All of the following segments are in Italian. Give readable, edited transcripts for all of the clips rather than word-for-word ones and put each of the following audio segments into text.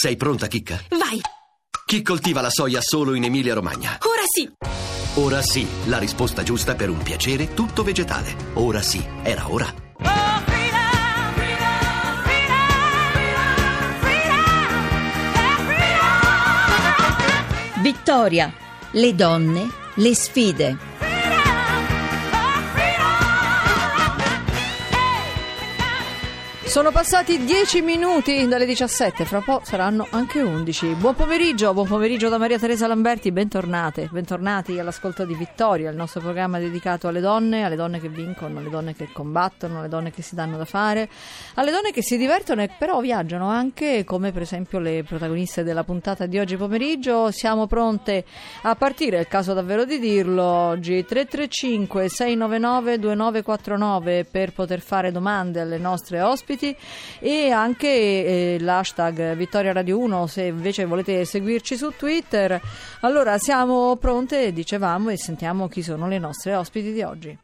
Sei pronta, Chicca? Vai! Chi coltiva la soia solo in Emilia-Romagna? Ora sì! Ora sì, la risposta giusta per un piacere tutto vegetale. Ora sì, era ora. Vittoria, le donne, le sfide. Sono passati 10 minuti dalle 17, fra poco saranno anche 11. Buon pomeriggio da Maria Teresa Lamberti, bentornati all'ascolto di Vittoria, il nostro programma dedicato alle donne che vincono, alle donne che combattono, alle donne che si danno da fare, alle donne che si divertono e però viaggiano anche, come per esempio le protagoniste della puntata di oggi pomeriggio. Siamo pronte a partire, è il caso davvero di dirlo, oggi 335 699 2949 per poter fare domande alle nostre ospiti. E anche l'hashtag Vittoria Radio 1 se invece volete seguirci su Twitter. Allora siamo pronte, dicevamo, e sentiamo chi sono le nostre ospiti di oggi.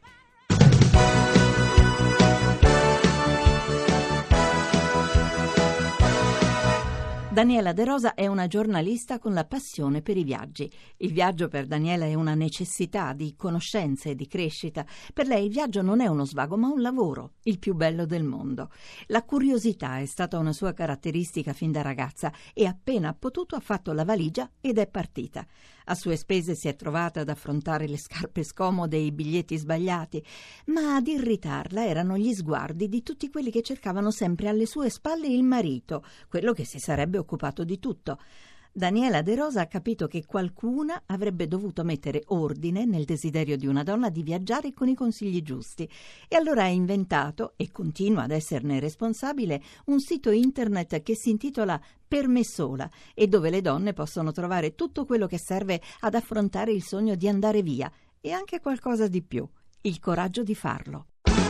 Daniela De Rosa è una giornalista con la passione per i viaggi. Il viaggio per Daniela è una necessità di conoscenza e di crescita. Per lei il viaggio non è uno svago, ma un lavoro, il più bello del mondo. La curiosità è stata una sua caratteristica fin da ragazza e appena ha potuto ha fatto la valigia ed è partita. A sue spese si è trovata ad affrontare le scarpe scomode e i biglietti sbagliati, ma ad irritarla erano gli sguardi di tutti quelli che cercavano sempre alle sue spalle il marito, quello che si sarebbe occupato di tutto. Daniela De Rosa ha capito che qualcuna avrebbe dovuto mettere ordine nel desiderio di una donna di viaggiare con i consigli giusti e allora ha inventato, e continua ad esserne responsabile, un sito internet che si intitola Per me sola e dove le donne possono trovare tutto quello che serve ad affrontare il sogno di andare via e anche qualcosa di più, il coraggio di farlo.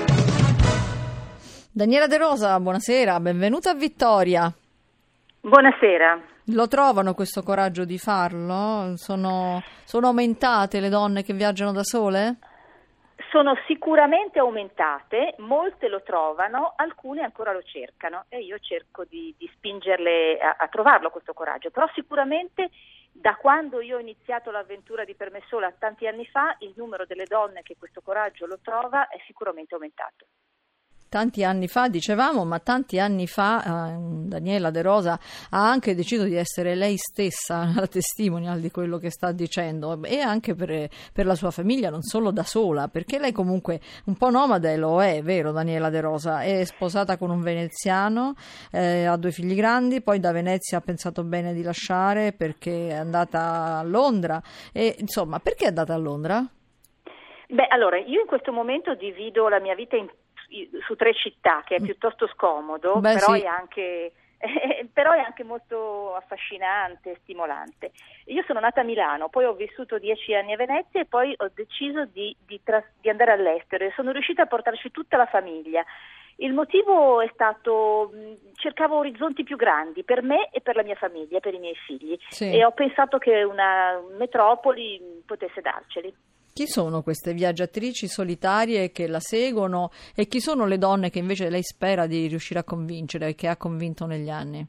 Daniela De Rosa, buonasera, benvenuta a Vittoria. Buonasera. Lo trovano questo coraggio di farlo? Sono aumentate le donne che viaggiano da sole? Sono sicuramente aumentate, molte lo trovano, alcune ancora lo cercano e io cerco di spingerle a trovarlo questo coraggio, però sicuramente da quando io ho iniziato l'avventura di Per me sola tanti anni fa il numero delle donne che questo coraggio lo trova è sicuramente aumentato. Tanti anni fa, dicevamo, ma tanti anni fa Daniela De Rosa ha anche deciso di essere lei stessa la testimonial di quello che sta dicendo e anche per la sua famiglia, non solo da sola, perché lei comunque un po' nomade lo è, vero Daniela De Rosa? È sposata con un veneziano, ha 2 figli grandi, poi da Venezia ha pensato bene di lasciare perché è andata a Londra e insomma, perché è andata a Londra? Beh, allora, io in questo momento divido la mia vita su 3 città, che è piuttosto scomodo, però, sì. Però è anche molto affascinante, stimolante. Io sono nata a Milano, poi ho vissuto 10 anni a Venezia e poi ho deciso di andare all'estero e sono riuscita a portarci tutta la famiglia. Il motivo è stato, cercavo orizzonti più grandi per me e per la mia famiglia, per i miei figli, sì. E ho pensato che una metropoli potesse darceli. Chi sono queste viaggiatrici solitarie che la seguono e chi sono le donne che invece lei spera di riuscire a convincere e che ha convinto negli anni?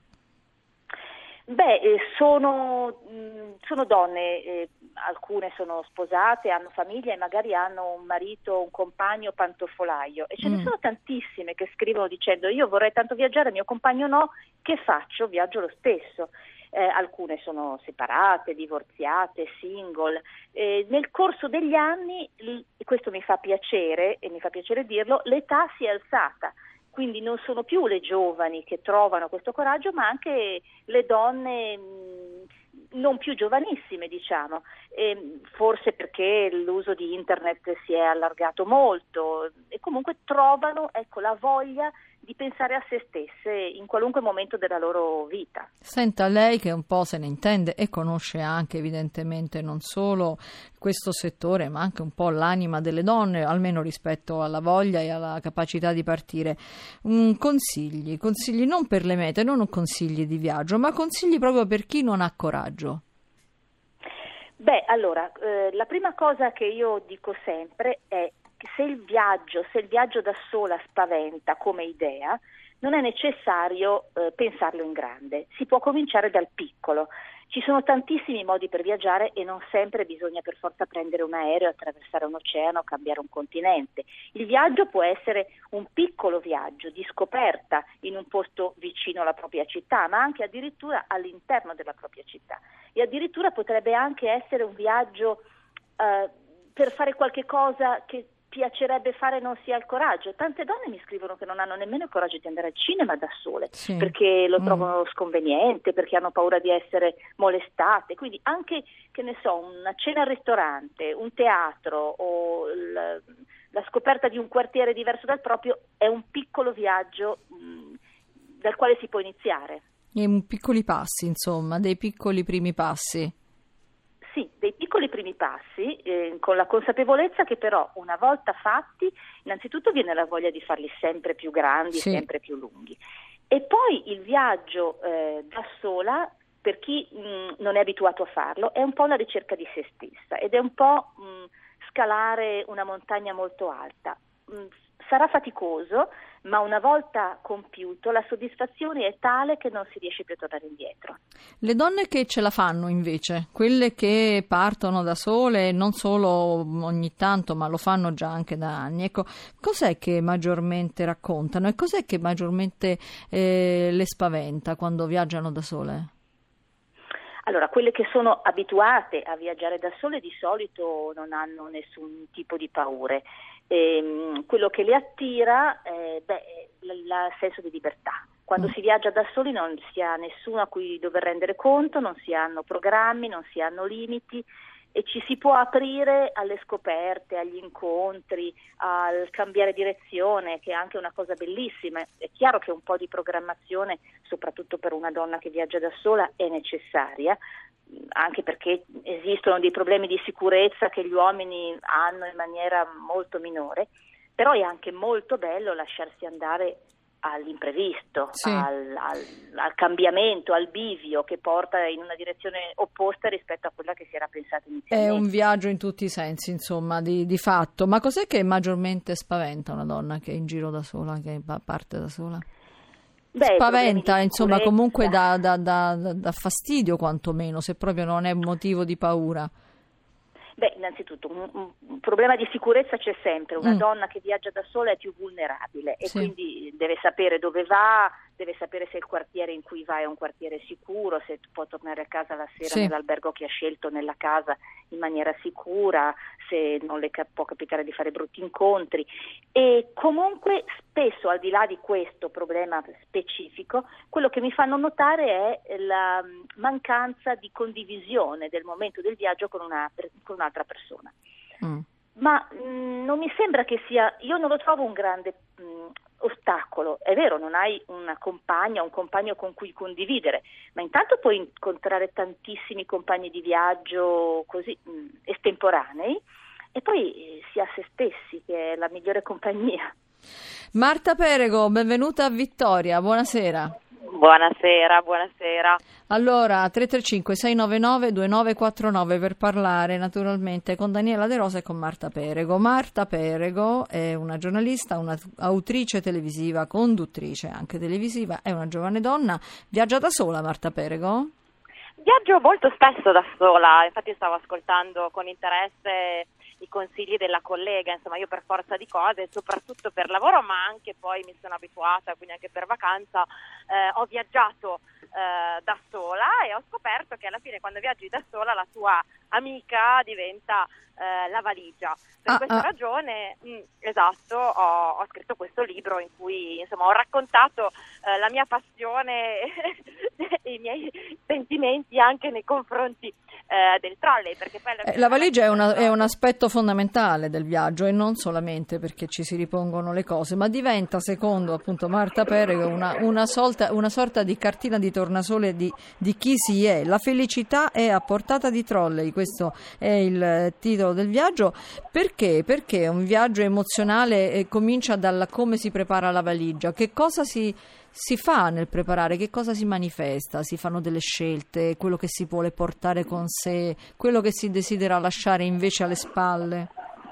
Beh, sono donne, alcune sono sposate, hanno famiglia e magari hanno un marito, un compagno pantofolaio e ce ne sono tantissime che scrivono dicendo io vorrei tanto viaggiare, mio compagno no, che faccio? Viaggio lo stesso. Alcune sono separate, divorziate, single. Nel corso degli anni, questo mi fa piacere e mi fa piacere dirlo, l'età si è alzata. Quindi non sono più le giovani che trovano questo coraggio, ma anche le donne non più giovanissime, diciamo, forse perché l'uso di internet si è allargato molto e comunque trovano, ecco, la voglia di pensare a se stesse in qualunque momento della loro vita. Senta, lei che un po' se ne intende e conosce anche evidentemente non solo questo settore ma anche un po' l'anima delle donne, almeno rispetto alla voglia e alla capacità di partire, consigli non per le mete, non consigli di viaggio, ma consigli proprio per chi non ha coraggio. Beh, allora, la prima cosa che io dico sempre è che se il viaggio da sola spaventa come idea, non è necessario pensarlo in grande, si può cominciare dal piccolo. Ci sono tantissimi modi per viaggiare e non sempre bisogna per forza prendere un aereo, attraversare un oceano o cambiare un continente. Il viaggio può essere un piccolo viaggio di scoperta in un posto vicino alla propria città, ma anche addirittura all'interno della propria città. E addirittura potrebbe anche essere un viaggio per fare qualche cosa che piacerebbe fare e non si ha il coraggio. Tante donne mi scrivono che non hanno nemmeno il coraggio di andare al cinema da sole, perché lo trovano sconveniente, perché hanno paura di essere molestate. Quindi anche, che ne so, una cena al ristorante, un teatro o la scoperta di un quartiere diverso dal proprio è un piccolo viaggio dal quale si può iniziare. E piccoli passi, insomma, dei piccoli primi passi. Sì, dei piccoli primi passi, con la consapevolezza che però una volta fatti, innanzitutto viene la voglia di farli sempre più grandi, sempre più lunghi. E poi il viaggio da sola, per chi non è abituato a farlo, è un po' una ricerca di se stessa ed è un po' scalare una montagna molto alta. Sarà faticoso, ma una volta compiuto la soddisfazione è tale che non si riesce più a tornare indietro. Le donne che ce la fanno invece, quelle che partono da sole, non solo ogni tanto, ma lo fanno già anche da anni, ecco, cos'è che maggiormente raccontano e cos'è che maggiormente le spaventa quando viaggiano da sole? Allora, quelle che sono abituate a viaggiare da sole di solito non hanno nessun tipo di paure. Quello che le attira è il senso di libertà. Quando si viaggia da soli non si ha nessuno a cui dover rendere conto, non si hanno programmi, non si hanno limiti e ci si può aprire alle scoperte, agli incontri, al cambiare direzione, che è anche una cosa bellissima. È chiaro che un po' di programmazione, soprattutto per una donna che viaggia da sola, è necessaria, anche perché esistono dei problemi di sicurezza che gli uomini hanno in maniera molto minore, però è anche molto bello lasciarsi andare all'imprevisto, al cambiamento, al bivio che porta in una direzione opposta rispetto a quella che si era pensata inizialmente. È un viaggio in tutti i sensi, insomma, di fatto. Ma cos'è che maggiormente spaventa una donna che è in giro da sola, che parte da sola? Spaventa, insomma, comunque dà fastidio quantomeno, se proprio non è motivo di paura. Innanzitutto un problema di sicurezza c'è sempre. Una donna che viaggia da sola è più vulnerabile e quindi deve sapere dove va, deve sapere se il quartiere in cui va è un quartiere sicuro, se può tornare a casa la sera nell'albergo che ha scelto nella casa in maniera sicura, se non le può capitare di fare brutti incontri. E comunque spesso, al di là di questo problema specifico, quello che mi fanno notare è la mancanza di condivisione del momento del viaggio con un'altra persona. Ma non mi sembra che sia, io non lo trovo un grande ostacolo. È vero, non hai una compagna, un compagno con cui condividere, ma intanto puoi incontrare tantissimi compagni di viaggio così estemporanei e poi si ha se stessi, che è la migliore compagnia. Marta Perego, benvenuta a Vittoria, buonasera. Buonasera. Allora, 335-699-2949 per parlare naturalmente con Daniela De Rosa e con Marta Perego. Marta Perego è una giornalista, un'autrice televisiva, conduttrice anche televisiva, è una giovane donna. Viaggia da sola, Marta Perego? Viaggio molto spesso da sola, infatti stavo ascoltando con interesse i consigli della collega, insomma io per forza di cose, soprattutto per lavoro ma anche poi mi sono abituata, quindi anche per vacanza, ho viaggiato da sola e ho scoperto che alla fine quando viaggi da sola la tua amica diventa la valigia. Per questa ragione, esatto, ho scritto questo libro in cui insomma ho raccontato la mia passione e i miei sentimenti anche nei confronti del trolley, perché poi la valigia è un aspetto fondamentale del viaggio e non solamente perché ci si ripongono le cose, ma diventa, secondo appunto Marta Perego, una sorta di cartina di tornasole di chi si è. La felicità è a portata di trolley, questo è il titolo del viaggio. Perché? Perché un viaggio emozionale comincia dalla come si prepara la valigia, che cosa si fa nel preparare, che cosa si manifesta, si fanno delle scelte, quello che si vuole portare con sé, quello che si desidera lasciare invece alle spalle.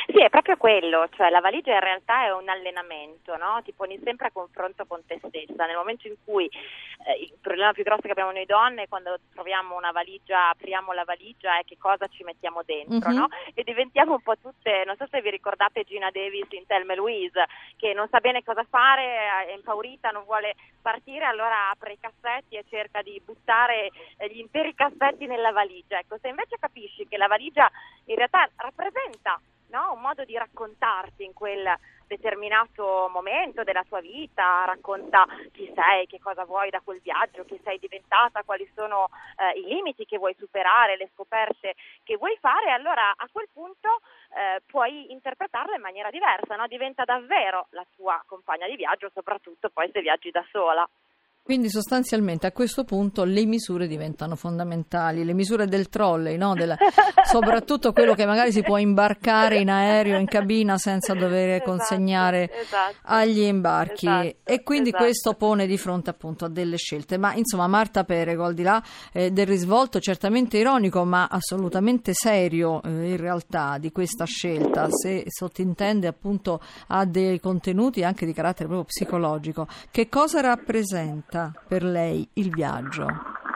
Sì, è proprio quello, cioè la valigia in realtà è un allenamento, no? Ti poni sempre a confronto con te stessa. Nel momento in cui il problema più grosso che abbiamo noi donne è quando troviamo una valigia, apriamo la valigia e che cosa ci mettiamo dentro, no? E diventiamo un po' tutte, non so se vi ricordate Gina Davis in Thelma e Louise, che non sa bene cosa fare, è impaurita, non vuole partire, allora apre i cassetti e cerca di buttare gli interi cassetti nella valigia. Ecco, se invece capisci che la valigia in realtà rappresenta, no, un modo di raccontarti in quel determinato momento della tua vita, racconta chi sei, che cosa vuoi da quel viaggio, chi sei diventata, quali sono i limiti che vuoi superare, le scoperte che vuoi fare, allora a quel punto puoi interpretarla in maniera diversa, no? Diventa davvero la tua compagna di viaggio, soprattutto poi se viaggi da sola. Quindi sostanzialmente a questo punto le misure diventano fondamentali, le misure del trolley, no? Soprattutto quello che magari si può imbarcare in aereo, in cabina senza dover consegnare agli imbarchi. E quindi questo pone di fronte appunto a delle scelte. Ma insomma Marta Perego, al di là del risvolto certamente ironico ma assolutamente serio in realtà di questa scelta, se sottintende appunto ha dei contenuti anche di carattere proprio psicologico, che cosa rappresenta per lei il viaggio?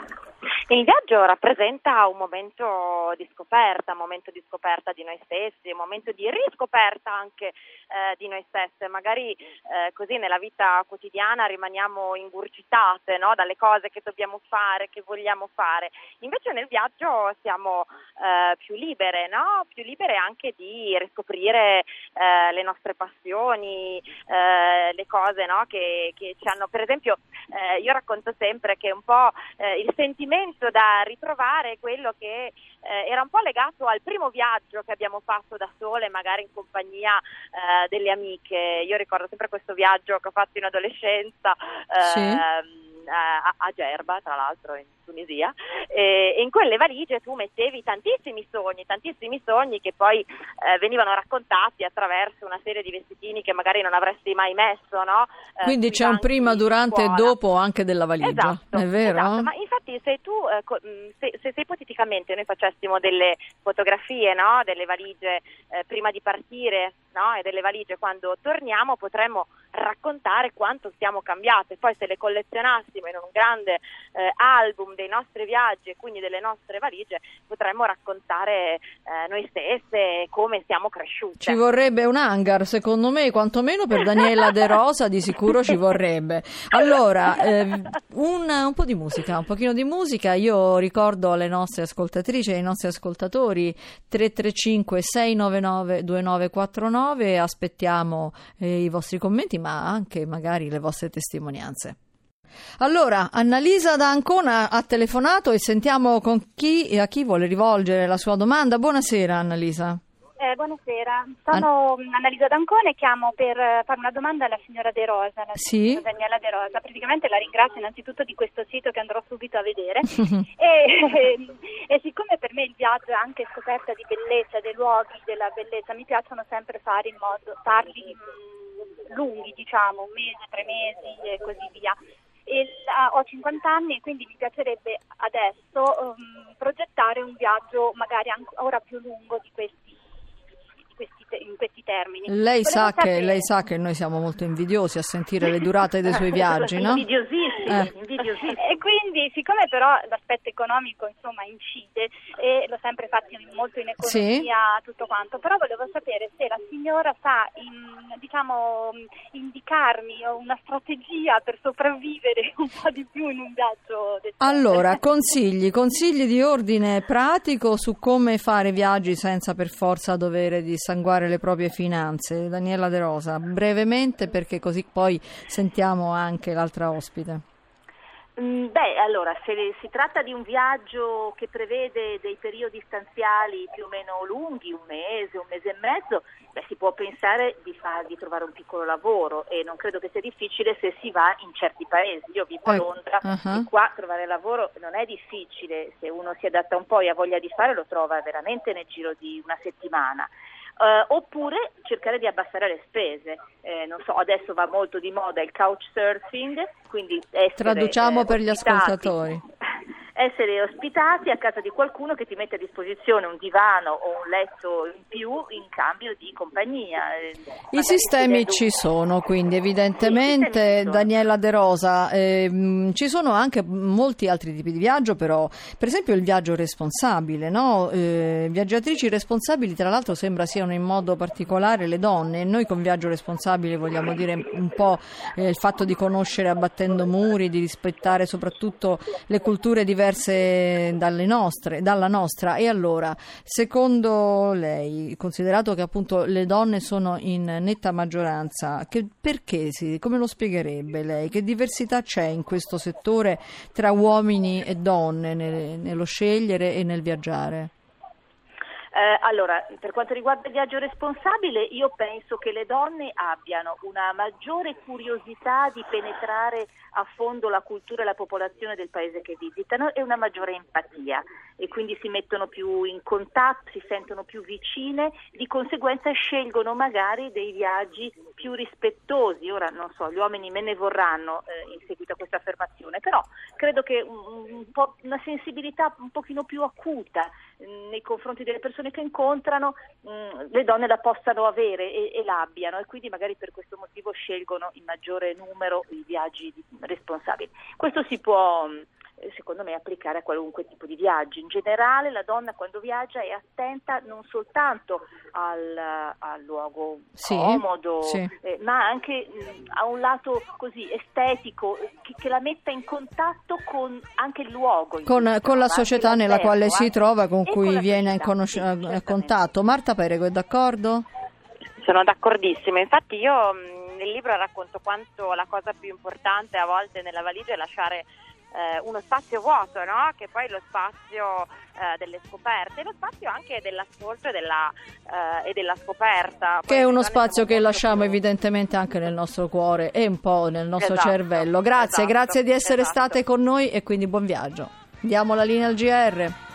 Il viaggio rappresenta un momento di scoperta di noi stessi, un momento di riscoperta anche di noi stesse. Magari così nella vita quotidiana rimaniamo ingurgitate, no? Dalle cose che dobbiamo fare, che vogliamo fare. Invece nel viaggio siamo più libere, no? Più libere anche di riscoprire le nostre passioni, le cose, no? che ci hanno, per esempio, io racconto sempre che un po' il sentimento da ritrovare è quello che era un po' legato al primo viaggio che abbiamo fatto da sole, magari in compagnia delle amiche. Io ricordo sempre questo viaggio che ho fatto in adolescenza a Gerba, tra l'altro in Tunisia, e in quelle valigie tu mettevi tantissimi sogni che poi venivano raccontati attraverso una serie di vestitini che magari non avresti mai messo, no? Quindi c'è un prima, durante e dopo anche della valigia, esatto, è vero? Esatto. Ma infatti se tu se ipoteticamente noi facessimo delle fotografie, no, delle valigie prima di partire, no, e delle valigie quando torniamo, potremmo raccontare quanto siamo cambiate. Poi se le collezionassimo in un grande album dei nostri viaggi e quindi delle nostre valigie, potremmo raccontare noi stesse come siamo cresciute. Ci vorrebbe un hangar, secondo me, quantomeno per Daniela De Rosa di sicuro ci vorrebbe. Allora, un po' di musica, un pochino di musica. Io ricordo alle nostre ascoltatrici e ai nostri ascoltatori 335 699 2949, aspettiamo i vostri commenti ma anche magari le vostre testimonianze. Allora, Annalisa da Ancona ha telefonato e sentiamo a chi vuole rivolgere la sua domanda. Buonasera Annalisa. Buonasera, sono Annalisa D'Ancona e chiamo per fare una domanda alla signora De Rosa, signora Daniela De Rosa. Praticamente la ringrazio innanzitutto di questo sito che andrò subito a vedere e siccome per me il viaggio è anche scoperta di bellezza, dei luoghi, della bellezza, mi piacciono sempre farli lunghi, diciamo, un mese, 3 mesi e così via. Ho 50 anni e quindi mi piacerebbe adesso progettare un viaggio magari ancora più lungo di in questi termini. Lei sa che noi siamo molto invidiosi a sentire le durate dei suoi viaggi, no? Invidiosissimi. E quindi, siccome però l'aspetto economico insomma incide, e l'ho sempre fatto molto in economia, tutto quanto, però volevo sapere se la signora sa indicarmi una strategia per sopravvivere un po' di più in un viaggio. Allora, consigli di ordine pratico su come fare viaggi senza per forza dover dissanguare le proprie finanze. Daniela De Rosa, brevemente, perché così poi sentiamo anche l'altra ospite. Allora, se si tratta di un viaggio che prevede dei periodi stanziali più o meno lunghi, un mese e mezzo, si può pensare di trovare un piccolo lavoro, e non credo che sia difficile se si va in certi paesi. Io vivo a Londra e qua trovare lavoro non è difficile, se uno si adatta un po' e ha voglia di fare lo trova veramente nel giro di una settimana. Oppure cercare di abbassare le spese, non so, adesso va molto di moda il couchsurfing, quindi traduciamo per gli ascoltatori. essere ospitati a casa di qualcuno che ti mette a disposizione un divano o un letto in più in cambio di compagnia. I sistemi ci sono, quindi evidentemente, Daniela De Rosa, ci sono anche molti altri tipi di viaggio, però per esempio il viaggio responsabile, no? Viaggiatrici responsabili tra l'altro sembra siano in modo particolare le donne, e noi con viaggio responsabile vogliamo dire un po' il fatto di conoscere abbattendo muri, di rispettare soprattutto le culture diverse dalla nostra. E allora, secondo lei, considerato che appunto le donne sono in netta maggioranza, come lo spiegherebbe lei? Che diversità c'è in questo settore tra uomini e donne nello scegliere e nel viaggiare? Allora, per quanto riguarda il viaggio responsabile, io penso che le donne abbiano una maggiore curiosità di penetrare a fondo la cultura e la popolazione del paese che visitano e una maggiore empatia, e quindi si mettono più in contatto, si sentono più vicine, di conseguenza scelgono magari dei viaggi più rispettosi. Ora non so, gli uomini me ne vorranno in seguito a questa affermazione, però credo che una sensibilità un pochino più acuta nei confronti delle persone che incontrano, le donne la possano avere e l'abbiano, e quindi magari per questo motivo scelgono in maggiore numero i viaggi responsabili. Questo si può, secondo me, applicare a qualunque tipo di viaggi. In generale la donna quando viaggia è attenta non soltanto al luogo comodo, ma anche a un lato così estetico che la metta in contatto con anche il luogo, con la società nella quale si trova, con cui viene a contatto. Marta Perego è d'accordo? Sono d'accordissima, infatti io nel libro racconto quanto la cosa più importante a volte nella valigia è lasciare uno spazio vuoto, no? Che poi è lo spazio delle scoperte, e lo spazio anche dell'ascolto e della scoperta. Che è uno spazio che lasciamo evidentemente anche nel nostro cuore e un po' nel nostro cervello. Grazie di essere state con noi, e quindi buon viaggio. Diamo la linea al GR.